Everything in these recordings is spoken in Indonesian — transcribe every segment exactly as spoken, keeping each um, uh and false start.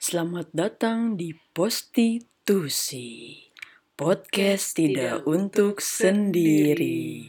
Selamat datang di Postitusi, podcast tidak untuk sendiri.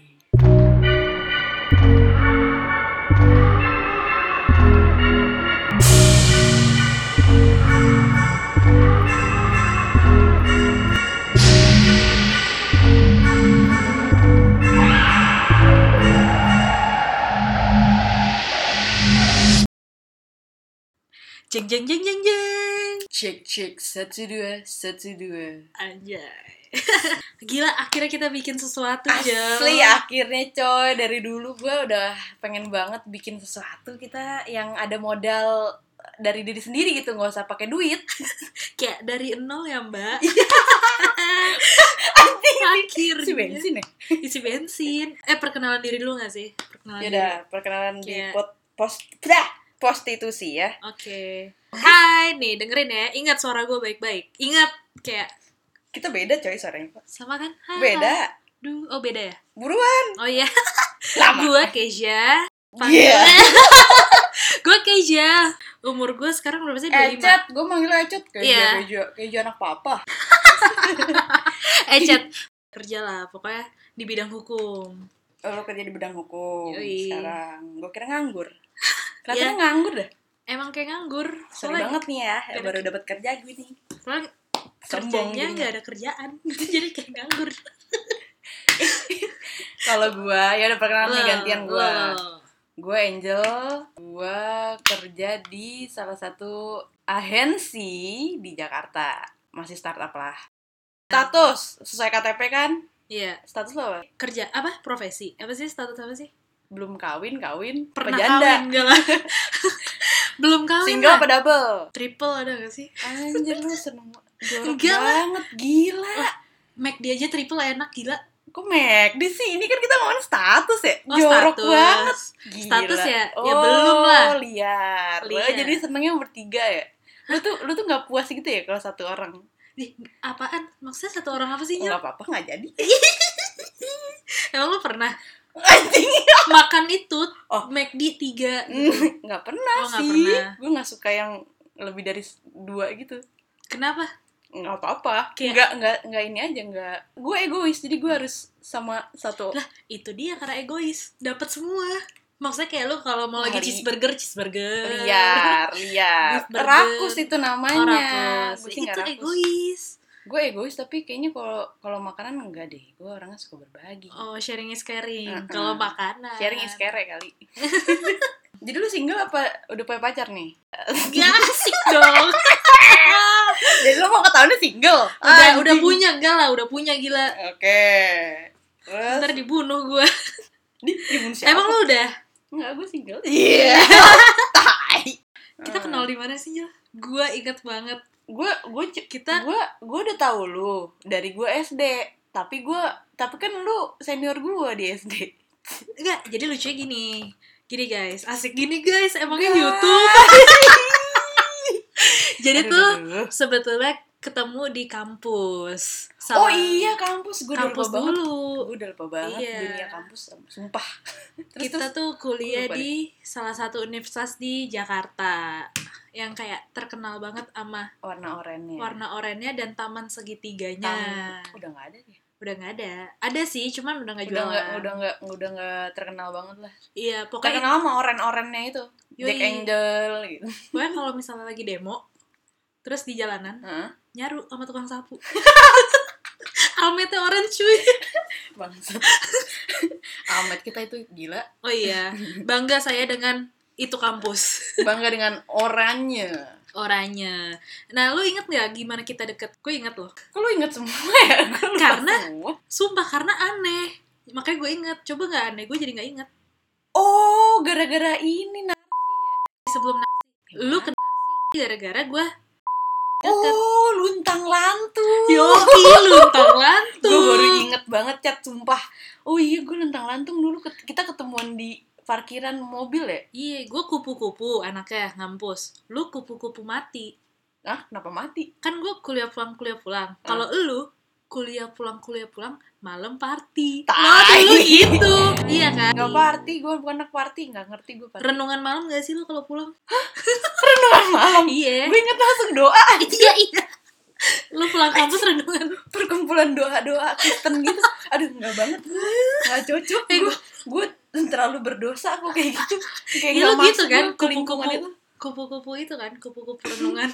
Jeng jeng jeng jeng jeng. Cek cek satu dua satu dua. Anjay. Gila, akhirnya kita bikin sesuatu, Jel. Asli akhirnya coy, dari dulu gue udah pengen banget bikin sesuatu kita yang ada modal dari diri sendiri gitu, nggak usah pakai duit. Kayak dari nol ya, Mbak. Akhirnya isi bensin ya? Isi bensin. Eh, perkenalan diri dulu gak sih? Perkenalan Yaudah, diri. perkenalan di Kayak- pot, post, dah, Postitusi ya. Oke. Hai, nih dengerin ya. Ingat suara gue baik-baik. Ingat kayak Kita beda coy suaranya. sama kan? Hai, Beda. hai. Duh, oh beda ya? Buruan. Oh iya. Lama. Gue Keisha. Iya. Gue Keisha. Umur gue sekarang berapa sih? dua puluh lima. Ecet, gue manggil Ecet kayak Iya. kayak kayak anak papa. Eh, Chat. Kerja lah, pokoknya di bidang hukum. Oh, lo kerja di bidang hukum Yoi. sekarang. Gue kira nganggur. Kelihatannya Iya. nganggur dah. Emang kayak nganggur. Seru banget nih ya, Gak ada- baru dapat kerja gue nih. Soalnya Sombong kerjanya jadinya. nggak ada kerjaan. Jadi kayak nganggur. Kalau gue, ya udah perkenalan nih gantian gue. Lo. Gue Angel, gue kerja di salah satu agensi di Jakarta. Masih startup lah. Status, sesuai K T P kan? Iya. Status lo apa? Kerja apa? Profesi? Apa sih status apa sih? Belum kawin, kawin, Pernah pejanda. kawin enggak lah. Belum kawin Single lah. apa double? Triple ada gak sih? Anjir lu seneng jorok Enggak lah. banget, gila. McD aja triple enak gila. Kok McD sih? Ini kan kita ngomongin status ya? Oh, jorok status. banget. Gila. Status ya? Ya Oh, belum lah. liar. Lo Liar. jadi senengnya bertiga ya? Lu tuh lu tuh gak puas gitu ya kalau satu orang? Ih, apaan? Maksudnya satu orang apa sih, Nyok? Gak apa-apa, gak jadi. Emang lu pernah Anjing. makan itu Oh. McD tiga gitu? Gak pernah Oh, nggak sih. pernah. Gue gak suka yang lebih dari dua gitu. Kenapa? Nggak apa-apa. Kayak- Nggak, nggak, nggak ini aja, nggak. Gue egois, jadi gue harus sama satu. Lah, itu dia karena egois. Dapat semua. Maksudnya kayak lu kalau mau lagi Hari- cheeseburger, cheeseburger. Liar, liar. Beef burger. Rakus itu namanya. Oh, rakus. Gue sih nggak Itu rakus. egois. Gue egois, tapi kayaknya kalau kalau makanan enggak deh. Gue orangnya suka berbagi. Oh, sharing is caring. Uh-uh. Kalau makanan. Sharing is care kali. Jadi lu single apa udah punya pacar nih? Gak asik dong. Jadi lu mau ketahuannya single? Udah, Anjing. udah punya, enggak lah, udah punya gila. Oke. Terus Ntar dibunuh gue. di, dibunuh siapa? Emang lu udah? Enggak, gue single. Iya. Tai. Kita kenal di mana sih, Jel? Gue inget banget. gue gue Kita- gue gue udah tahu lu dari gue S D, tapi gue tapi kan lu senior gue di S D. Enggak, jadi lucunya gini. Gini guys, asik gini guys, emangnya Guys. YouTube. Jadi Aduh, tuh aduh. sebetulnya ketemu di kampus. Oh Sama- iya, kampus gue udah kampus lupa banget. dulu. Gue udah lupa banget Iya. dunia kampus, sumpah. Terus, Kita terus, tuh kuliah lupa di salah satu universitas di Jakarta yang kayak terkenal banget sama warna oranye. warna oranye dan taman segitiganya. Tam- udah nggak ada deh. Udah nggak ada. Ada sih, cuman udah nggak Udah jualan. nggak udah nggak udah nggak terkenal banget lah. Iya, pokoknya Terkenal sama oren-orennya itu. Yoi. Jack Angel gitu. pokoknya kalau misalnya lagi demo, terus di jalanan Hah? nyaru sama tukang sapu. Almetnya orange cuy. Bangsat. Ahmed kita itu gila. Oh iya, bangga saya dengan itu kampus. Bangga dengan oranye. Oranye. Nah, lu inget gak gimana kita deket? Gue inget loh. Kok lu inget semua ya? Gua lupa Karena semua. Sumpah, karena aneh. Makanya gue inget. Coba gak aneh, gue jadi gak inget. Oh, gara-gara ini nah. Sebelum nasi, lu kena gara-gara gue deket. Oh, luntang lantung. Yoi, luntang lantung. Gue baru inget banget, Cat, sumpah. Oh iya, gue luntang lantung dulu ket- kita ketemuan di parkiran mobil ya. Iya, gue kupu-kupu anaknya ngampus. Lu kupu-kupu mati. Ah, kenapa mati? Kan gue kuliah pulang kuliah pulang. Kalau lu kuliah pulang kuliah pulang malam party. Tai. Lo dulu gitu. Iya kan? Nggak party, gue bukan anak party, nggak ngerti gue party. Renungan malam gak sih lo kalau pulang? Renungan malam. Iya. Gue inget langsung doa. Iya iya. Lo pulang kampus renungan. Perkumpulan doa-doa Kristen gitu. Aduh, nggak banget. Nggak cocok. Gue gue terlalu berdosa kok kayak gitu. Kayak Iya nggak lo gitu masuk kan, gue ke lingkungan itu. kupu-kupu itu kan, kupu-kupu renungan.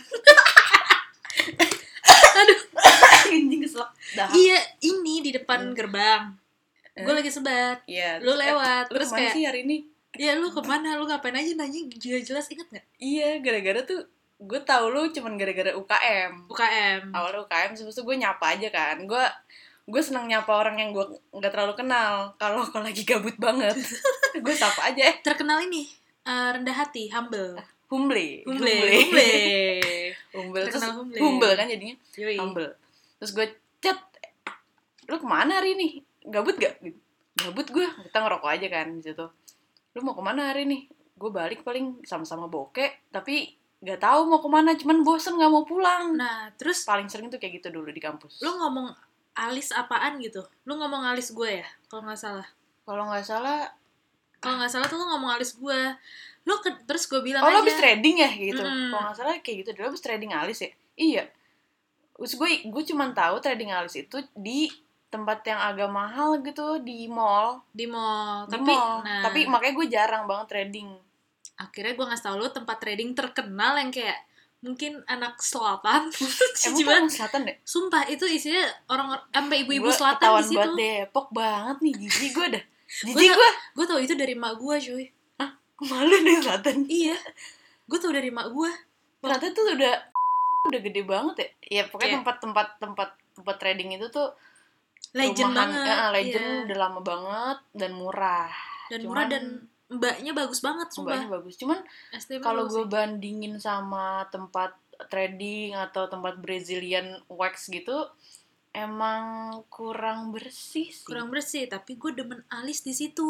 Anjing keselak. Dah. Iya, ini di depan Hmm. gerbang. Eh? Gue lagi sebat. Iya. Lu terus, lewat, eh, lu terus kemana kayak- sih hari ini? Ya lu kemana? Lu ngapain aja nanya jelas-jelas inget gak? Iya, gara-gara tuh gue tahu lu cuman gara-gara U K M. U K M. Awalnya U K M, terus gue nyapa aja kan. Gue gue seneng nyapa orang yang gue nggak terlalu kenal. Kalau kalau lagi gabut banget, gue sapa aja. Eh, Terkenal ini uh, rendah hati, humble. humble, Humble, humble. humble, terus Terkenal humble. humble kan jadinya Yoi. humble. Terus gue chat, lu kemana hari ini? Gabut gak? Gabut gue, kita ngerokok aja kan di situ. Lu mau kemana hari ini? Gue balik paling sama-sama bokeh, tapi nggak tahu mau kemana, cuman bosen nggak mau pulang. Nah, terus Paling sering tuh kayak gitu dulu di kampus. lu ngomong alis apaan gitu? Lu ngomong alis gue ya? Kalau nggak salah. Kalau nggak salah, Kalau nggak salah tuh lu ngomong alis gue. Lu ke- terus gue bilang oh aja. lo abis trading ya gitu. Mm-mm. Kalau nggak salah kayak gitu, dulu abis trading alis ya. Iya. Terus gue gue cuman tahu trading alis itu di tempat yang agak mahal gitu, di mall. Di mall. Di Tapi, mall. nah, Tapi makanya gue jarang banget trading. akhirnya gue ngasih tau lu tempat trading terkenal yang kayak mungkin anak selatan. Emang tuh orang selatan deh? Sumpah itu isinya orang sampai ibu-ibu Gue selatan ketahuan di situ. buat Depok banget nih, jijik gue dah. Gue Jijik gue. gue tau itu dari mak gue cuy. Malu nih selatan. Iya. Gue tau dari mak gue. Ternyata tuh udah udah gede banget ya. Iya, pokoknya Kayak- tempat-tempat tempat tempat trading itu tuh Legend rumahan, banget. eh, legend Iya. udah lama banget dan murah. Dan Cuman- murah dan mbaknya bagus banget Mbaknya sumpah. bagus. Cuman S D M kalau bagus gue sih. bandingin sama tempat trading atau tempat Brazilian wax gitu, emang kurang bersih sih. kurang bersih, tapi gue demen alis di situ.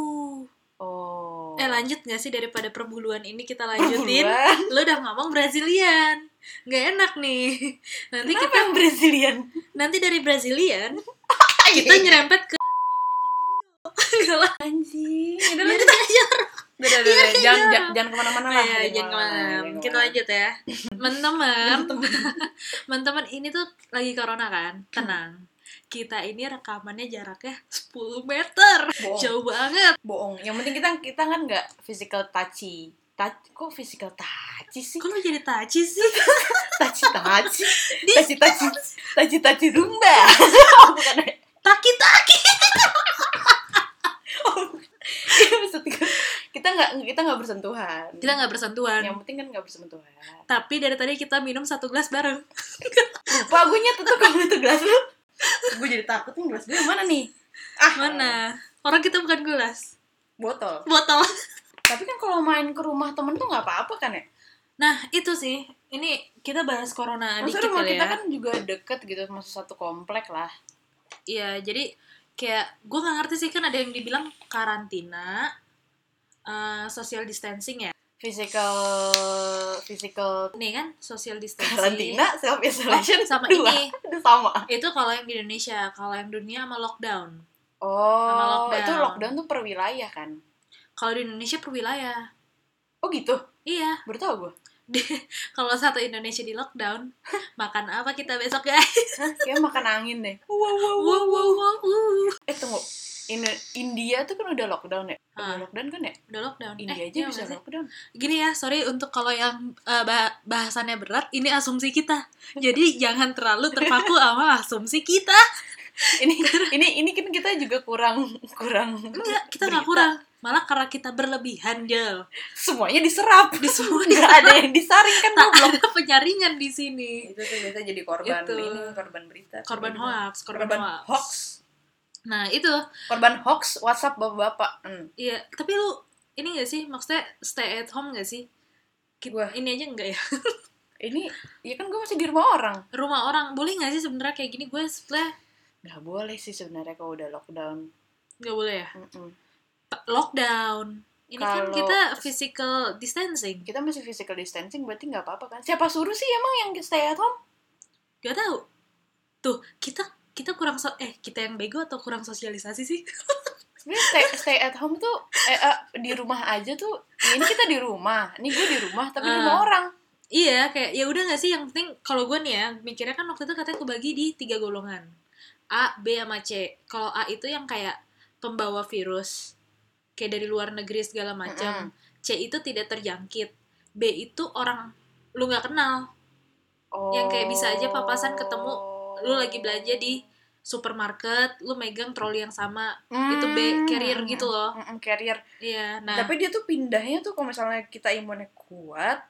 Oh. Eh lanjut gak sih daripada perbuluan ini kita lanjutin? Buruan. Lo udah ngomong Brazilian. Nggak enak nih. Nanti Kenapa kita yang Brazilian? nanti dari Brazilian kita nyerempet ke Enggak lah. Anjing. Udah Biar lanjut. aja. Udah, udah, udah. Jangan, jangan, jangan kemana-mana lah. Ya, jangan kemana. Kita lanjut ya. Teman-teman. Teman-teman ini tuh lagi corona kan? Tenang. Kita ini rekamannya jaraknya sepuluh meter. Bohong. Jauh banget. Bohong. Yang penting kita kita kan nggak physical touchy. Touch, kok physical touchy sih? Kok lu jadi taci sih? Touchy touchy. Touchy touchy. Touchy touchy rumba. Bukan. Taki-taki. Iya, maksud gue, kita nggak kita nggak bersentuhan. Kita nggak bersentuhan. Yang penting kan nggak bersentuhan. Tapi dari tadi kita minum satu gelas bareng. Lupa gue nyetet tuh kalau itu gelas lu. Gue jadi takut nih, gelas gue yang mana nih? Ah, Mana? Orang kita bukan gelas. botol. Botol. Tapi kan kalau main ke rumah temen tuh nggak apa-apa kan ya? Nah, itu sih. Ini kita bahas corona Maksudnya dikit rumah kali kita ya. kan juga deket gitu, masih satu komplek lah. Iya, jadi kayak gue nggak ngerti sih, kan ada yang dibilang karantina, uh, social distancing ya. Physical, physical Nih kan, social distancing. karantina, self isolation, Oh, sama dua. ini. Itu sama. Itu kalau yang di Indonesia, kalau yang dunia sama lockdown. Oh, Sama lockdown. itu lockdown tuh per wilayah kan? Kalau di Indonesia per wilayah. Oh gitu? Iya. Baru tau gue. Kalau satu Indonesia di lockdown, makan apa kita besok guys? Hah, kayak makan angin deh. Wow, wow, Wow wow, wow wow. Uh. Eh tunggu, In India tuh kan udah lockdown ya? Ah. Udah lockdown kan ya? Udah lockdown. India Eh, aja iya bisa nggak sih? lockdown. Gini ya, sorry untuk kalau yang uh, bah- bahasannya berat, ini asumsi kita. Jadi jangan terlalu terpaku sama asumsi kita. Ini ini ini kan kita juga kurang kurang. Enggak, kita nggak berita. kurang. Malah karena kita berlebihan, Jel. Semuanya diserap. Di semua Nggak ada yang disaring kan tak goblok. ada penyaringan di sini. Itu tuh biasa jadi korban Itu. ini, korban berita. Korban hoax, korban, Korban hoax. hoax. Nah, itu. Korban hoax WhatsApp bapak-bapak. Hmm. Iya, tapi lu ini gak sih? Maksudnya stay at home gak sih? Gua Ini aja enggak ya? ini ya kan gue masih di rumah orang. Rumah orang. Boleh gak sih sebenarnya kayak gini? Gue setelah Nggak boleh sih sebenarnya kalau udah lockdown. nggak boleh ya? Mm-mm. Lockdown. Ini kan Kalau- kita physical distancing. Kita masih physical distancing berarti nggak apa-apa kan? Siapa suruh sih emang yang stay at home? Gak tahu. Tuh, kita kita kurang so- eh kita yang bego atau kurang sosialisasi sih? Sebenarnya stay, stay at home tuh eh, eh, di rumah aja tuh. Ya ini kita di rumah, ini gue di rumah tapi di rumah Ah. orang. Iya, kayak ya udah nggak sih, yang penting kalau gue nih ya mikirnya kan waktu itu katanya kebagi di tiga golongan, A, B sama C. Kalau A itu yang kayak pembawa virus, kayak dari luar negeri segala macam. Mm-mm. C itu tidak terjangkit. B itu orang lu nggak kenal, Oh. yang kayak bisa aja papasan ketemu lu lagi belanja di supermarket, lu megang troli yang sama, Mm, itu B, carrier gitu loh. mm, mm, carrier. Iya, nah. Tapi dia tuh pindahnya tuh kalau misalnya kita imunnya kuat,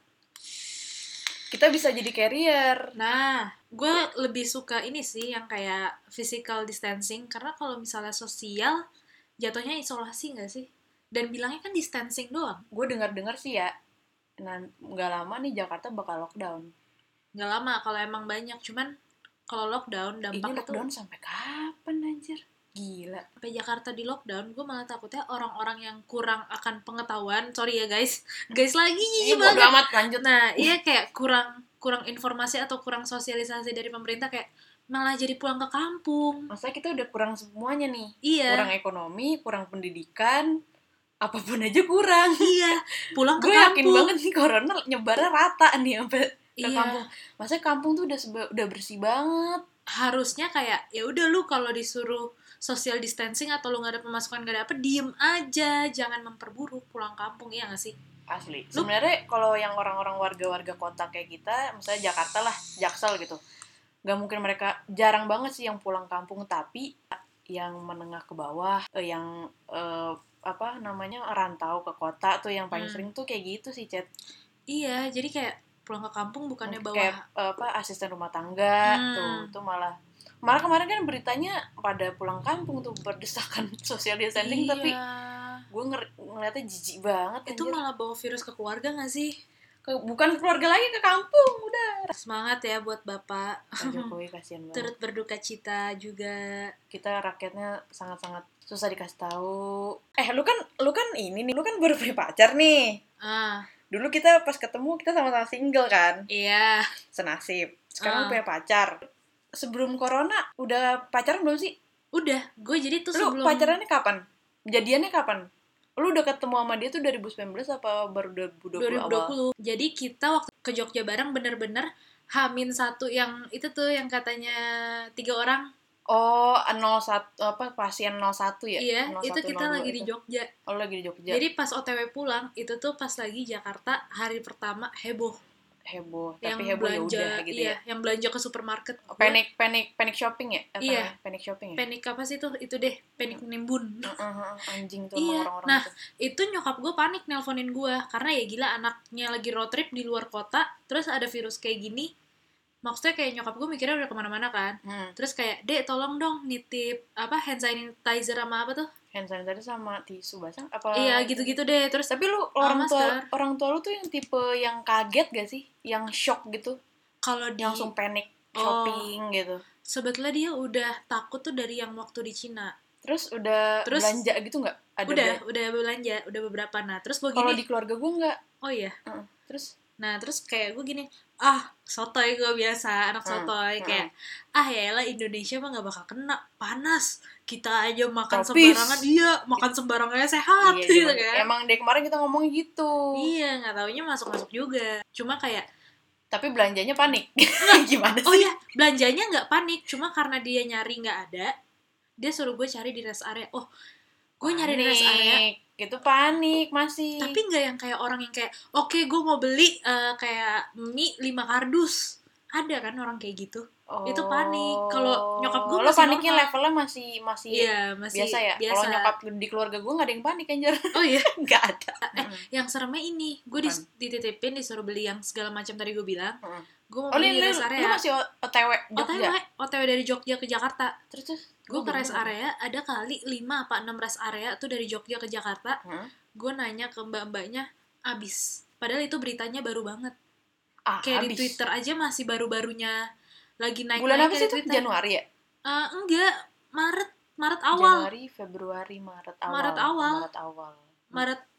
kita bisa jadi carrier. Nah, gue lebih suka ini sih yang kayak physical distancing, karena kalau misalnya sosial jatuhnya isolasi nggak sih? Dan bilangnya kan distancing doang. Gue dengar-dengar sih ya, nah nggak lama nih Jakarta bakal lockdown. Nggak lama kalau emang banyak, cuman kalau lockdown Ini dampaknya tuh lockdown sampai kapan anjir? Gila. sampai Jakarta di lockdown, gue malah takutnya orang-orang yang kurang akan pengetahuan, sorry ya guys, guys lagi Ini jijik bodo banget. amat, lanjut. Nah, iya kayak kurang kurang informasi atau kurang sosialisasi dari pemerintah, kayak malah jadi pulang ke kampung. Maksudnya kita udah kurang semuanya nih. Iya. Kurang ekonomi, kurang pendidikan, apapun aja kurang. Iya, pulang ke Gue kampung. yakin banget nih corona nyebarnya rata nih sampai ke Iya. kampung. Maksudnya kampung tuh udah seba- udah bersih banget. Harusnya kayak ya udah lu kalau disuruh social distancing atau lu nggak ada pemasukan nggak dapet, diem aja, jangan memperburuk pulang kampung, ya nggak sih? Asli. Lu- Sebenarnya kalau yang orang-orang warga-warga kota kayak kita, misalnya Jakarta lah, Jaksel gitu, nggak mungkin mereka, jarang banget sih yang pulang kampung. Tapi yang menengah ke bawah, eh, yang eh, apa namanya rantau ke kota tuh yang paling Hmm. sering tuh kayak gitu sih, Chat. Iya, jadi kayak pulang ke kampung bukannya bawa Kayak eh, apa asisten rumah tangga Hmm. tuh, tuh malah malah kemarin kan beritanya pada pulang kampung tuh berdesakan social distancing. Iya. Tapi gue nger- ngeliatnya jijik banget. Itu anjir. malah bawa virus ke keluarga nggak sih? Ke- bukan keluarga lagi, ke kampung udah. Semangat ya buat Bapak. Pak Jokowi kasihan banget. Turut berduka cita juga. Kita rakyatnya sangat-sangat susah dikasih tahu. Eh lu kan lu kan ini nih, lu kan baru punya pacar nih. Ah, Dulu kita pas ketemu kita sama-sama single kan, iya. senasib. Sekarang Ah. lu punya pacar. Sebelum corona udah pacaran belum sih? Udah, gue jadi tuh Lu sebelum pacarannya kapan? Jadiannya kapan? Lu udah ketemu sama dia tuh dua ribu sembilan belas apa baru dua ribu dua puluh dua ribu dua puluh. awal? Jadi kita waktu ke Jogja bareng bener-bener Hamin satu yang itu tuh yang katanya tiga orang. Oh, nol satu apa pasien nol satu ya? Iya, nol itu satu, kita nol dua lagi di itu. Jogja. Oh, lagi di Jogja. Jadi pas O T W pulang, itu tuh pas lagi Jakarta hari pertama heboh. Heboh, Yang tapi heboh ya belanja, udah gitu iya, ya. yang belanja ke supermarket. Panic panic panic shopping ya? Apa Iya. namanya? Panic shopping ya? Panik apa sih tuh? Itu deh, panik nimbun. Uh, uh, uh, anjing tuh Iya, sama orang-orang nah, tuh. Itu nyokap gue panik nelponin gue, karena ya gila anaknya lagi road trip di luar kota, terus ada virus kayak gini. Maksudnya kayak nyokap gue mikirnya udah kemana-mana kan. Hmm. Terus kayak, Dek tolong dong nitip apa hand sanitizer sama apa tuh? Hand sanitizer sama tisu basah apa? Iya gitu-gitu deh. Terus Tapi lu orang tua masker. orang tua lu tuh yang tipe yang kaget gak sih? Yang shock gitu? kalau di Yang langsung panic Oh. shopping gitu. sebetulnya dia udah takut tuh dari yang waktu di Cina. Terus udah Terus- belanja gitu nggak? Ada Udah, belanja? udah belanja, udah beberapa. Nah, terus gue Kalau gini, di keluarga gue nggak. oh iya. Uh, terus Nah, terus kayak gue gini, ah, sotoy gue biasa, anak Hmm, sotoy. hmm. Kayak, ah ya elah Indonesia mah gak bakal kena, panas. Kita aja makan Tropis. sembarangan, iya, makan sembarangannya sehat, iya, gitu zaman- kan. emang dari kemarin kita ngomong gitu. Iya, gak taunya masuk-masuk juga. Cuma kayak, Tapi belanjanya panik. Gimana sih? oh iya, belanjanya gak panik, cuma karena dia nyari gak ada, dia suruh gue cari di rest area. Oh, gue nyari di rest area, Panik. Itu panik masih. tapi nggak yang kayak orang yang kayak oke gue mau beli eh, kayak mie lima kardus, ada kan orang kayak gitu. Oh. itu panik. Kalau nyokap gue Lo masih paniknya normal. levelnya masih masih Iya masih biasa ya. Kalau biasa. nyokap di keluarga gue nggak ada yang panik anjir. Oh iya. Nggak ada. Eh, yang seremnya ini gue Apaan? dititipin disuruh beli yang segala macam tadi gue bilang. Heeh. Gue mau Oh, beli lu, di rest lu, area. lu masih O T W O T W, Jogja? O T W dari Jogja ke Jakarta. Terus terus Gue ke belum rest tahu. area ada kali lima apa enam rest area tuh dari Jogja ke Jakarta. Hah? Gue nanya ke mbak-mbaknya abis. Padahal itu beritanya baru banget. Ah, Kayak habis. di Twitter aja masih baru-barunya lagi naik-naik. Bulan apa kayak sih di itu? Twitter. Januari ya? Eh, enggak, Maret, Maret awal. Januari, Februari, Maret awal. Maret awal. Maret awal. Maret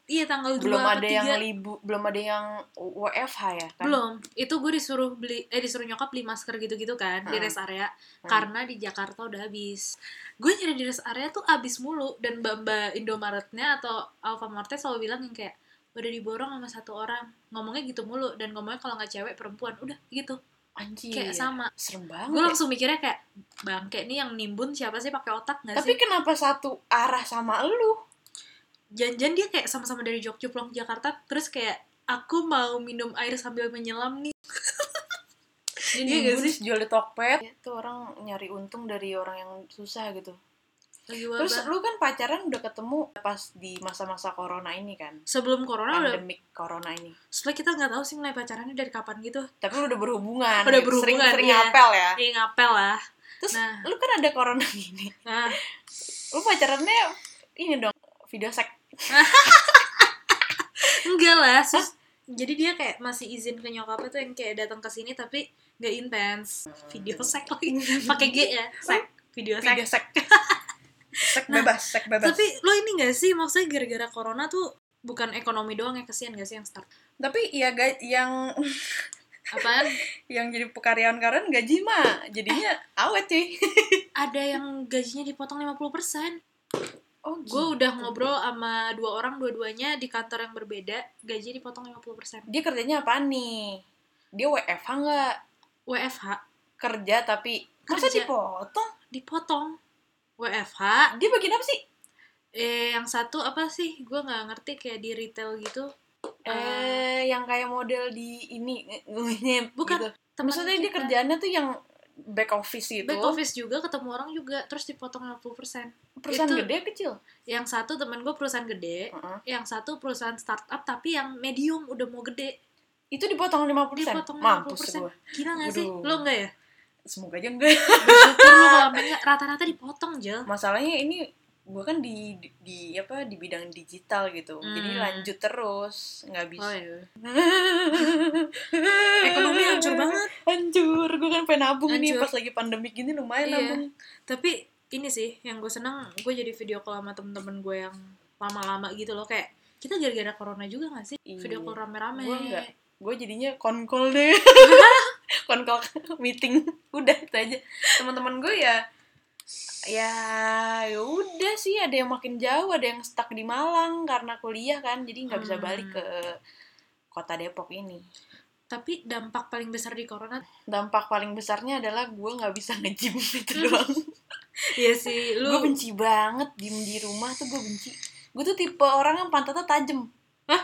Iya tanggal dua Belum apa ada tiga. yang libu, belum ada yang W F H ya kan? Belum. Itu gue disuruh beli eh disuruh nyokap beli masker gitu-gitu kan di Hmm. rest area Hmm. karena di Jakarta udah habis. Gue nyari di rest area tuh habis mulu dan mbak-mbak Indomaretnya atau Alfamartnya selalu bilang yang kayak udah diborong sama satu orang. Ngomongnya gitu mulu dan ngomongnya kalau nggak cewek perempuan udah gitu. Anjir. Kayak sama. Serem banget. Gue ya. langsung mikirnya kayak bangke nih yang nimbun siapa sih pakai otak nggak Tapi sih? kenapa satu arah sama elu? Jangan-jangan dia kayak sama-sama dari Jogja pulang ke Jakarta terus kayak aku mau minum air sambil menyelam nih. Dia Iya nimbun gak sih? jual di Tokped. Itu orang nyari untung dari orang yang susah gitu. Lagi Terus wabah. lu kan pacaran udah ketemu pas di masa-masa corona ini kan? Sebelum corona udah Pandemik corona ini. setelah kita nggak tahu sih mulai pacarannya dari kapan gitu. Tapi lu udah berhubungan. Udah gitu. berhubungan, Sering-sering iya. ngapel ya. Iya ngapel lah. Terus Nah. lu kan ada corona gini. Nah, Lu pacarannya ini dong, video seks. enggak lah. Sus, jadi dia kayak masih izin ke nyokapnya tuh yang kayak datang ke sini tapi nggak intens. Video sek lagi. Pakai G ya. Sek. Video sek. Video seks. Seks Nah, bebas, seks bebas. Tapi lo ini nggak sih maksudnya gara-gara corona tuh bukan ekonomi doang yang kesian gak sih yang start? Tapi ya ga- yang Apaan? yang jadi karyawan-karyawan gaji mah jadinya awet cuy. Ada yang gajinya dipotong lima puluh persen. Oh, Gue udah ngobrol sama dua orang dua-duanya di kantor yang berbeda, gaji dipotong lima puluh persen. Dia kerjanya apa nih? Dia W F H nggak? W F H Kerja tapi masa Kerja. dipotong? dipotong. W F H. Dia bagian apa sih? Eh yang satu apa sih? Gue nggak ngerti kayak di retail gitu. Eh, yang kayak model di ini nge- Bukan. gitu. Teman Maksudnya dia kita. kerjaannya tuh yang back office gitu. Back office juga, ketemu orang juga, terus dipotong lima puluh persen. Perusahaan Itu- gede kecil. Yang satu temen gue perusahaan gede, Uh-uh. yang satu perusahaan startup tapi yang medium udah mau gede. Itu dipotong lima puluh persen. Dipotong lima puluh Mampus persen. gua. Gila gak sih? Aduh. Lo enggak ya? Semoga aja enggak. Bersyukur lo kalau sampai enggak, rata-rata dipotong Jel. Masalahnya ini gue kan di, di di apa di bidang digital gitu. Hmm. Jadi lanjut terus, nggak bisa. Oh iya. Ekonomi hancur banget. Hancur. Gue kan pengen nabung nih Hancur. pas lagi pandemik gini lumayan Iya. nabung. Tapi ini sih yang gue seneng, gue jadi video call sama temen-temen gue yang lama-lama gitu loh, kayak kita gara-gara corona juga gak sih? Iya. Video call rame-rame. Gue enggak. Gue jadinya konkol deh. Konkol meeting. Udah itu aja. Teman-teman gue ya ya ya udah sih, ada yang makin jauh, ada yang stuck di Malang karena kuliah kan, jadi nggak bisa Hmm. balik ke kota Depok ini. Tapi dampak paling besar di corona, Dampak paling besarnya adalah gue nggak bisa nge-gym itu doang. iya sih, lu Gue benci banget diem di rumah tuh, gue benci. Gue tuh tipe orang yang pantatnya tajem. Hah?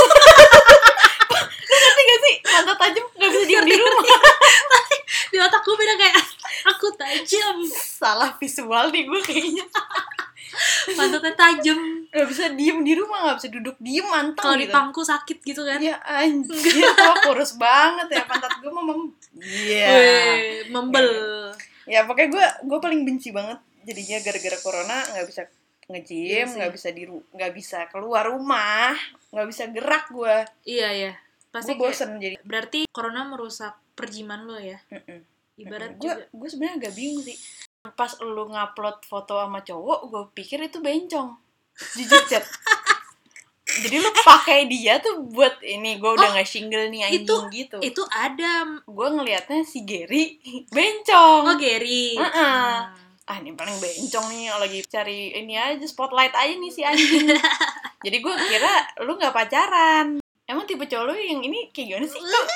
Lu ngerti gak sih? Pantat tajem nggak bisa diem di rumah. di otak gue beda kayak aku tajam, Salah visual nih gue kayaknya. pantatnya tajam. Gak bisa diem di rumah, gak bisa duduk diem manteng Kalau gitu. di pangku sakit gitu kan. Ya anjir, kok kurus banget ya pantat gue mah mem... Iya. Weh, membel. Ya pokoknya gue gue paling benci banget jadinya gara-gara corona nggak bisa Iya nge-gym, sih. nggak bisa di ru- nggak bisa keluar rumah, nggak bisa gerak gue. Iya ya. Pasti Gue kayak, bosen jadi. berarti corona merusak perjiman lo ya. Mm-mm. Ibarat gue juga. gue sebenarnya agak bingung sih. Pas lu ngupload foto sama cowok, gue pikir itu bencong. Jujur chat. Jadi lu pakai dia tuh buat ini, gue udah Oh, nggak single nih anjing itu- gitu. Itu Adam. Gue ngelihatnya si Gary bencong. Oh Gary. Uh-uh. Hmm. Ah ini paling bencong nih, lagi cari ini aja, spotlight aja nih si anjing. Jadi gue kira lu nggak pacaran. Emang tipe cowok lu yang ini kayak gimana sih? Kok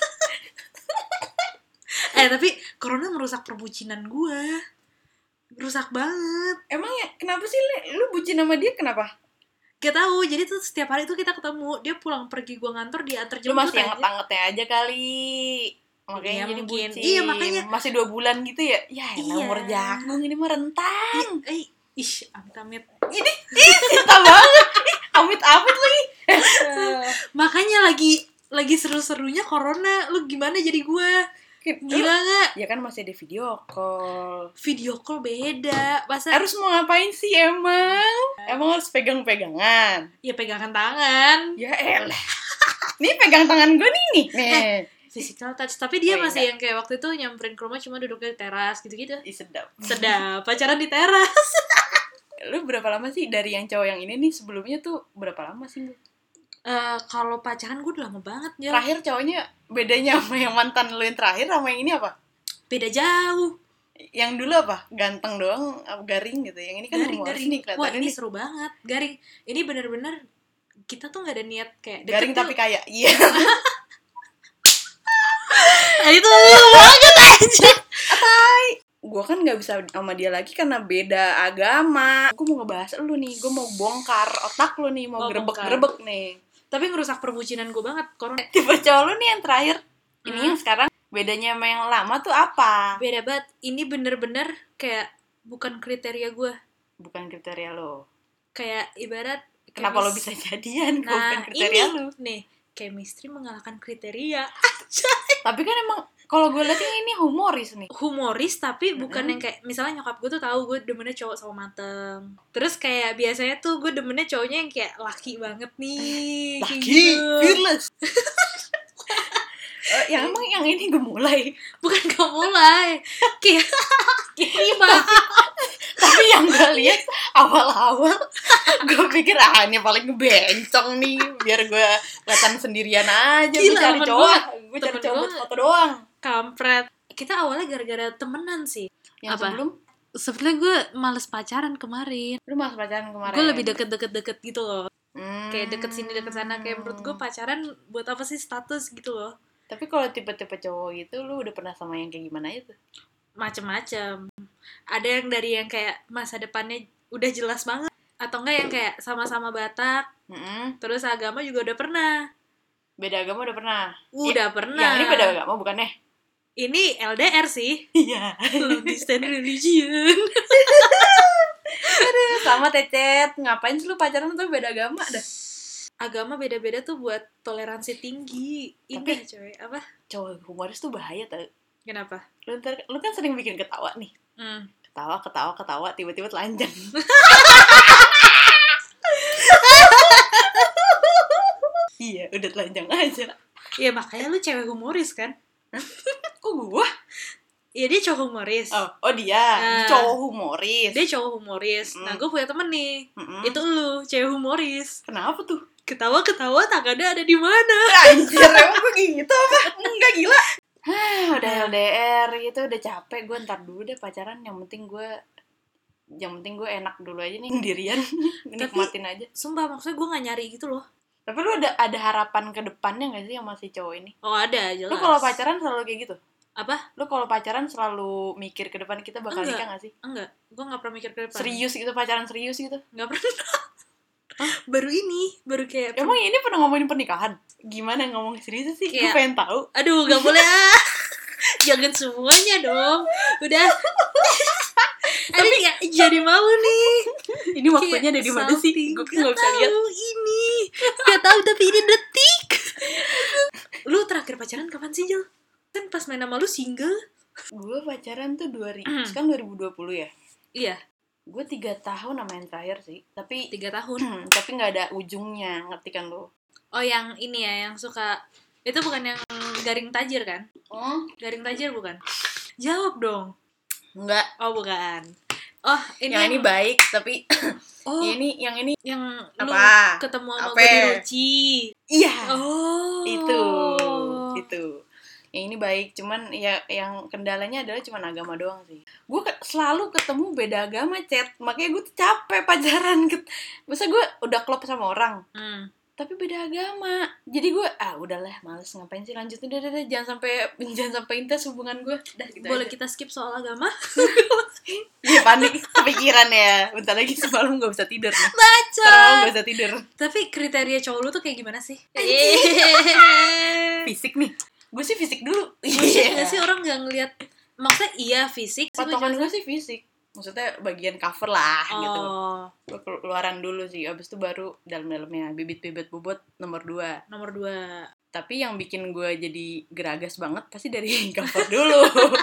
Eh tapi corona merusak perbucinan gue. Rusak banget. emang ya kenapa sih Le? Lu bucin sama dia kenapa? Gak tahu. Jadi tuh setiap hari tuh kita ketemu. Dia pulang pergi gue ngantor, dia antar Lu jemput masih yang aja. ngetang-ngetnya aja kali. Makanya Iya, jadi mungkin. bucin. Iya, makanya. Masih dua bulan gitu ya? Ya elah, Iya. umur jagung ini mah rentan. Eh, ih, amit-amit. Ini ih, cinta banget. Ih, amit-amit lagi. Makanya lagi lagi seru-serunya corona. Lu gimana jadi gue? Gila gak? Ya kan masih ada video call. Video call beda. Masa Harus mau ngapain sih emang? Emang harus pegang-pegangan? ya pegangan tangan. Ya elah. Nih pegang tangan gue nih nih. Nih. Physical touch. Tapi dia Oh, iya, masih yang kayak waktu itu nyamperin ke rumah cuma duduknya di teras gitu-gitu. Ih, sedap. Sedap. Pacaran di teras. Lu berapa lama sih dari yang cowok yang ini nih, sebelumnya tuh berapa lama sih? Uh, kalau pacaran gue udah lama banget ya. Terakhir cowoknya bedanya sama yang mantan lu yang terakhir sama yang ini apa? Beda jauh. Yang dulu apa? Ganteng doang, garing gitu. Yang ini kan garing, garing. nih Wah ini nih. seru banget. Garing. Ini bener-bener kita tuh gak ada niat kayak garing tuh. Tapi kaya. Iya. Nah, itu banget aja. Atai. Gue kan gak bisa sama dia lagi karena beda agama. Gue mau ngebahas lu nih. Gue mau bongkar otak lu nih. Mau grebek-grebek nih. Tapi ngerusak perbucinan gue banget. Corona. Tipe cowok lu nih yang terakhir. Ini hmm. yang sekarang. Bedanya sama yang lama tuh apa? Beda banget. Ini bener-bener kayak bukan kriteria gue. Bukan kriteria lo. Kayak ibarat kenapa kemis... lo bisa jadian? Nah, bukan kriteria ini, lo. Nih, chemistry mengalahkan kriteria. Tapi kan emang kalau gue lihat ini humoris nih. Humoris tapi bukan mm-hmm. yang kayak misalnya nyokap gue tuh tahu gue demennya cowok sama mateng. Terus kayak biasanya tuh gue demennya cowoknya yang kayak laki banget nih. Laki, gitu. Fearless. Uh, yang emang yang ini gue mulai. Bukan gue mulai. Kayak gimana? Tapi yang gue lihat awal-awal gue pikir ah ini paling bencong nih biar gue kelihatan sendirian aja. Gue cari cowok, gue cari cowok buat foto doang. Kampret. Kita awalnya gara-gara temenan sih. Yang apa? Sebelum? Sebetulnya gue males pacaran kemarin. Lu males pacaran kemarin? Gue lebih deket-deket-deket gitu loh. Hmm. Kayak deket sini deket sana. Kayak menurut gue pacaran buat apa sih status gitu loh. Tapi kalau tipe-tipe cowok gitu, lu udah pernah sama yang kayak gimana itu? Macem-macem. Ada yang dari yang kayak masa depannya udah jelas banget. Atau enggak yang kayak sama-sama Batak. Mm-hmm. Terus agama juga udah pernah. Beda agama udah pernah? Udah ya, pernah. Yang ini beda agama bukannya? Ini L D R sih. Iya. Long distance religion. Aduh, sama Cecet. Ngapain sih lu pacaran tuh beda agama dah? Agama beda-beda tuh buat toleransi tinggi. Indah coy. Apa? Cowok humoris tuh bahaya tau. Kenapa? Lu, ntar, lu kan sering bikin ketawa nih. Hmm. Ketawa, ketawa, ketawa. Tiba-tiba telanjang. Iya, udah telanjang aja. Ya makanya lu cewek humoris kan? Kok gua? Ya dia cowok humoris. Oh, oh dia, nah, cowok humoris. Dia cowok humoris. Mm. Nah gue punya temen nih. Mm-mm. Itu lu, cewek humoris. Kenapa tuh? Ketawa-ketawa tangannya ada di mana? Anjir, emang gue gitu apa? Enggak gila. Udah L D R gitu, udah capek. Gue ntar dulu deh pacaran. Yang penting gue, yang penting gue enak dulu aja nih sendirian. Nikmatin aja. Sumpah maksudnya gue nggak nyari gitu loh. Tapi lu ada ada harapan ke depannya nggak sih sama si cowok ini? Oh ada, jelas. Lu kalau pacaran selalu kayak gitu? Apa? Lu kalau pacaran selalu mikir ke depan kita bakal enggak, nikah gak sih? Enggak, gue gak pernah mikir ke depan. Serius gitu, pacaran serius gitu? Gak pernah. Hah? Baru ini, baru kayak emang ini pernah ngomongin pernikahan? Gimana ngomong serius sih? Gue pengen tahu. Aduh gak boleh ah. Jangan semuanya dong. Udah. Tapi ya, jadi mau nih. Ini waktunya ada di mana sih? Gue kan gak bisa lihat. Ini gak tahu tapi ini detik. Lu terakhir pacaran kapan sih Jel? Kan pas main sama lu single. Gue pacaran tuh dua ribu mm. Sekarang dua ribu dua puluh ya? Iya. Gue tiga tahun sama yang terakhir sih. Tapi tiga tahun? Tapi gak ada ujungnya, ngerti kan lu? Oh yang ini ya, yang suka. Itu bukan yang garing tajir kan? Hmm? Garing tajir bukan? Jawab dong. Enggak. Oh bukan. Oh ini yang, yang ini baik tapi oh ini yang ini yang apa? Lu ketemu sama gue di Ruci. Iya. Oh. Itu. Itu. Yang ini baik, cuman ya yang kendalanya adalah cuman agama doang sih. Gue ke- selalu ketemu beda agama, Chat. Makanya gue tuh capek pacaran. Masa gue udah klop sama orang. Hmm. Tapi beda agama. Jadi gue ah udahlah, males ngapain sih lanjutin deh, deh, deh. Jangan sampai jangan sampai intens hubungan gue. Dah gitu. Boleh aja. Kita skip soal agama? Iya panik kepikiran ya. Bentar lagi semalam gak bisa tidur nih. Baca. Semalam gak bisa tidur. Tapi kriteria cowok lu tuh kayak gimana sih? Fisik nih. Gue sih fisik dulu. Iya gak sih orang gak ngeliat. Maksudnya iya fisik. Patokan gue sih fisik. Maksudnya bagian cover lah oh. gitu. Gue keluaran dulu sih. Abis itu baru dalam-dalamnya bibit-bibit bobot nomor dua. Nomor dua. Tapi yang bikin gue jadi geragas banget pasti dari cover dulu.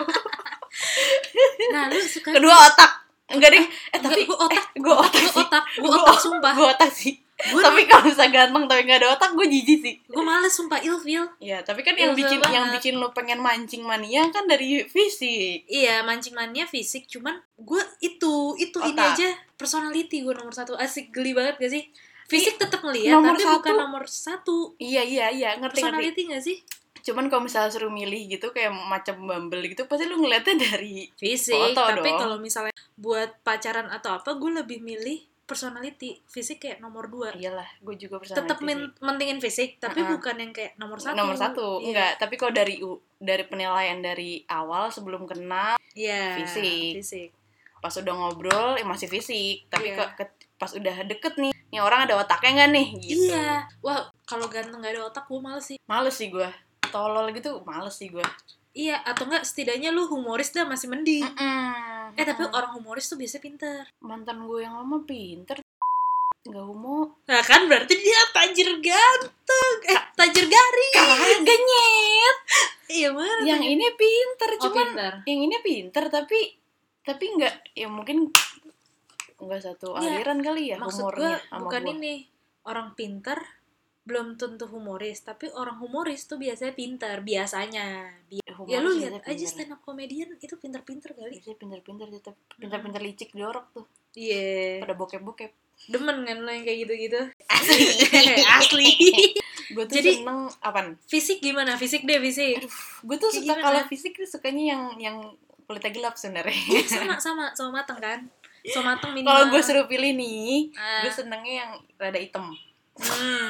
Nah lu suka. Kedua otak. Enggak deh. Eh, eh tapi gue otak. Eh, gue otak. Gue otak. Gue otak sumpah. Gue otak sih. Gua Tapi kalau misalnya ganteng tapi nggak ada otak, gue jijik sih. gue males sumpah, ilfil. Ya, tapi kan yang Ilfil bikin banget. yang bikin lo pengen mancing mania kan dari fisik. Iya, mancing mania fisik, cuman gue itu itu ini Otak. aja personality gue nomor satu. Asik, geli banget gak sih? Fisik tetap ngeliat, nomor tapi satu. bukan nomor satu. Iya iya iya, ngerti ngerti. Personality gak sih? Cuman kalau misalnya suruh milih gitu kayak macam Bumble gitu, pasti lu ngeliatnya dari Fisik, foto tapi dong. kalau misalnya buat pacaran atau apa, gue lebih milih personality. Fisik kayak nomor dua. Iyalah, gue juga personality Tetap sih. men- mentingin fisik, tapi Uh-uh. bukan yang kayak nomor satu. Nomor satu, Iya. enggak. Tapi kalau dari dari penilaian dari awal sebelum kenal, Iya, fisik. fisik. Pas udah ngobrol, ya masih fisik. Tapi Iya. ke, ke- pas udah deket nih, nih orang ada otaknya nggak nih? Gitu. Iya. Wah, kalau ganteng gak ada otak, gue males sih. Males sih gue. Tolol gitu, males sih gue. Iya, atau enggak setidaknya lu humoris dah masih mending. Mm-mm. Eh, tapi Mm-mm. orang humoris tuh biasanya pinter. Mantan gue yang lama pinter, nggak homo. Nah kan berarti dia tajir ganteng. Eh, tajir garing. Kagak nyet. Iya mana? Yang ini pinter, Oh, cuman pinter. yang ini pinter tapi tapi nggak, ya mungkin nggak satu Iya, aliran kali ya Maksud humornya gue sama bukan gua. ini. Orang pinter belum tentu humoris, tapi orang humoris tuh biasanya pinter, biasanya. Bi- Humoris ya lu biasanya lihat aja pinter. stand up comedian itu pinter-pinter kali. Biasanya pinter-pinter tetap pinter-pinter licik diorok tuh. Iya. Pada bokep-bokep. Demen kan lo yang kayak gitu-gitu. Asli. Asli. Gue tuh Jadi- seneng apaan? Fisik gimana? Fisik deh, fisik. Gue tuh Kayak suka gimana? kalau fisik tuh sukanya yang yang kulitnya gelap sebenarnya. Iya, sama sama sama mateng kan? Sama mateng minimal. Kalau gue suruh pilih nih, Ah. gue senengnya yang rada hitam. Hmm.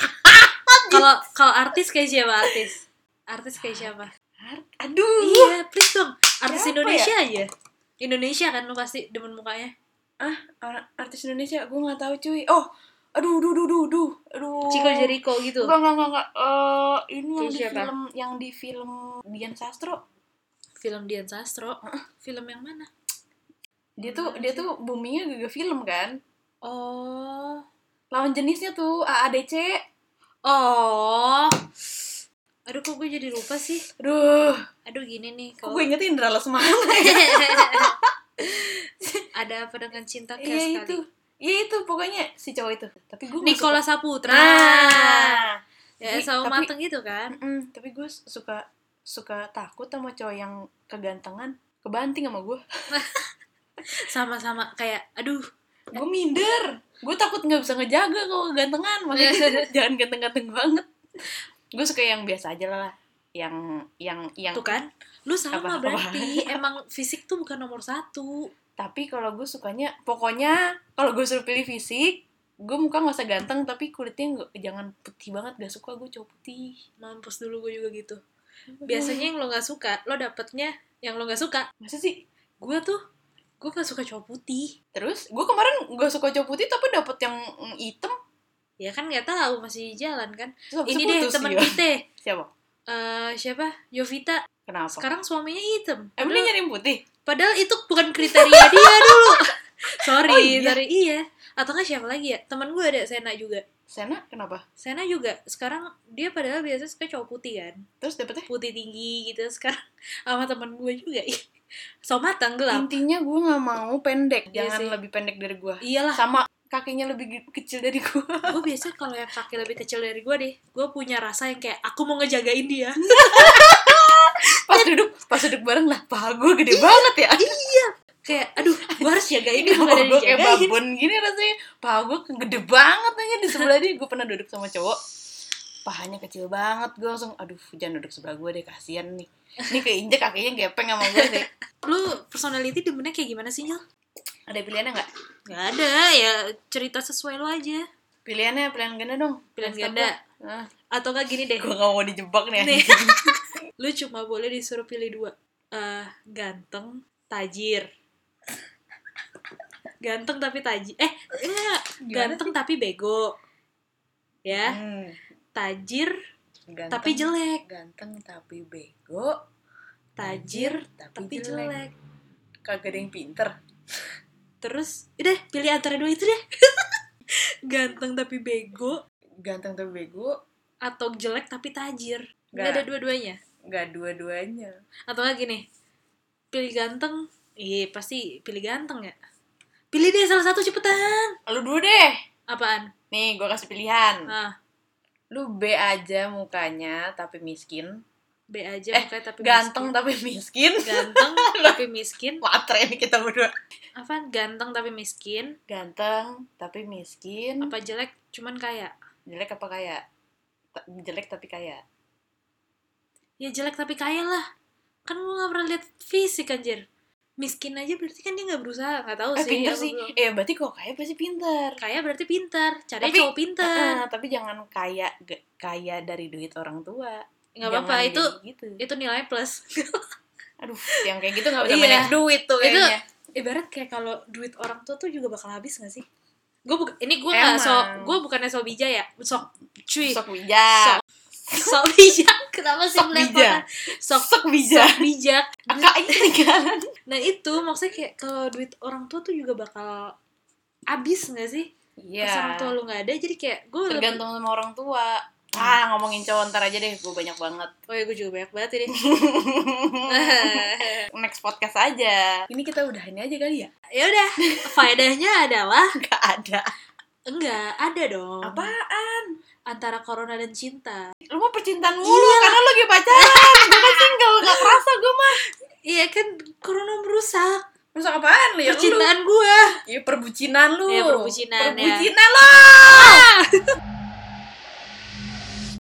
Kalau kalau artis kayak siapa artis? Artis kayak siapa? Aduh. Iya, please dong. Artis Siapa Indonesia aja. Indonesia kan lu pasti demen mukanya. Ah, ar- artis Indonesia gue nggak tahu cuy. Oh, aduh, duh, duh, duh, duh, aduh. Chico Jericho gitu. Enggak, enggak, enggak, enggak. Eh, ini yang Terus di siapa? film, yang di film Dian Sastro. Film Dian Sastro. Film yang mana? Dia tuh, dia tuh boomingnya juga film kan. Oh. Lawan jenisnya tuh A A D C. Oh. Aduh, kok gue jadi lupa sih? Aduh, Aduh, gini nih. kok Kalau gue ingetin Indra Lesmana. ada apa dengan cinta Iya kayak itu, sekali? iya itu pokoknya si cowok itu. Tapi gue Nicholas Saputra. Nah, Ya, Tapi- sama tapi- mateng gitu kan? mm, tapi gue suka suka takut sama cowok yang kegantengan, kebanting sama gue. Sama-sama kayak, aduh. Gue minder, gue takut nggak bisa ngejaga kalau kegantengan, makanya jangan ganteng-ganteng banget. Gue suka yang biasa aja lah, yang yang yang Tuh kan? Lu sama Apa- berarti. Emang fisik tuh bukan nomor satu. Tapi kalau gue sukanya, pokoknya kalau gue suruh pilih fisik, gue muka nggak usah ganteng tapi kulitnya nggak, jangan putih banget, gak suka gue cowok putih. Mampus dulu gue juga gitu. Biasanya yang lo gak suka, lo dapetnya yang lo gak suka. Masa sih? Gue tuh, gue gak suka cowok putih. Terus gue kemarin gak suka cowok putih tapi dapet yang hitam. Ya kan gak tahu, masih jalan kan. Terus habis Ini itu deh putus temen dia. kita. Siapa? Eh siapa? Yovita. Kenapa? Sekarang suaminya hitam. Emang dia Padahal, nyari yang putih? padahal itu bukan kriteria dia dulu. Sorry, Oh, iya? sorry. Iya. Atau nggak siapa lagi ya? Temen gue ada Sena juga. Sena kenapa? Sena juga. Sekarang dia padahal biasa suka cowok putih kan. Terus dapetnya? Putih tinggi gitu. Sekarang sama temen gue juga. So matang gelap. Intinya gue gak mau pendek. Iya Jangan sih. lebih pendek dari gue. Iyalah. Sama kakinya lebih ge- kecil dari gue. Gue biasa kalau yang kaki lebih kecil dari gue deh, gue punya rasa yang kayak aku mau ngejagain dia. Pas duduk, pas duduk bareng lah, paha gue gede banget ya. Kayak aduh, gue harus jagain dia, Ini bukan paha gue kayak dijagain. babon gini rasanya. Paha gue gede banget aja di sebelah dia. Gue pernah duduk sama cowok, pahanya kecil banget. Gue langsung, aduh jangan duduk sebelah gue deh, kasihan nih. Ini keinjek kakinya gepeng sama gue sih. Lu personality demennya kayak gimana sih, Nyol? Ada pilihannya gak? Gak ada, ya cerita sesuai lu aja. Pilihannya pilihan ganda dong. Pilihan Stop ganda. gue. Nah, Atau gak gini deh, gue gak mau dijebak nih. nih. Lu cuma boleh disuruh pilih dua. Eh, ganteng, tajir. Ganteng tapi tajir. Eh, enggak. Gimana Ganteng tapi bego. Ya, Hmm. tajir Ganteng, tapi jelek. Ganteng tapi bego. Tajir tapi, tapi jelek. jelek. Kagak ada yang pinter. Terus, udah pilih antara dua itu deh. Ganteng tapi bego Ganteng tapi bego. atau jelek tapi tajir. Gak Nggak. ada dua-duanya. Gak dua-duanya. Atau gak gini, pilih ganteng. Iya, pasti pilih ganteng ya. Pilih deh salah satu cepetan. Lu dulu deh. Apaan? Nih, gue kasih pilihan. Ah, Lu B aja mukanya tapi miskin. B aja Eh, mukanya tapi ganteng miskin. tapi miskin. Ganteng tapi miskin. Matre nih kita berdua. Apaan? Ganteng tapi miskin. Ganteng tapi miskin. Apa jelek cuman kaya? Jelek apa kaya? Ta- Jelek tapi kaya. Ya jelek tapi kaya lah. Kan gue gak pernah lihat fisik anjir. Miskin aja berarti kan dia gak berusaha. Gak tahu Eh, sih. pinter apa sih. belum. Eh, berarti kok kaya pasti pinter. Kaya berarti pintar. Caranya Tapi- cowok pintar. Eh, tapi jangan kaya ge- kaya dari duit orang tua. Gak apa-apa, Jangan itu jadi gitu. itu nilai plus. Aduh, yang kayak gitu gak bisa Iya. manage duit tuh Itu kayaknya. ibarat kayak kalau duit orang tua tuh juga bakal habis gak sih? Gue bukan ini gue nggak Emang. so gue bukannya so bijak ya, sok cuy, Sok bijak. sok bijak. Kenapa sih Sok bijak. belepotan? Sok Sok bijak. sok bijak. Kakak ketinggalan. Nah itu maksudnya kayak kalau duit orang tua tuh juga bakal habis nggak sih? Iya. Pas orang tua lu nggak ada, jadi kayak gue Tergantung sama orang tua. Ah, ngomongin cowok ntar aja deh, gue banyak banget. Oh ya gue juga banyak banget ini. Next podcast aja. Ini kita udahin aja kali ya? Ya udah, faedahnya adalah Gak ada. enggak ada dong. Apaan? Antara corona dan cinta. Lu mah percintaan mulu karena lu lagi pacaran. Gue kan single, gak kerasa gue mah. Iya kan corona merusak Rusak apaan lu ya? percintaan gue. Iya perbucinan lu. Iya, perbucinan, ya. Perbucinan lu.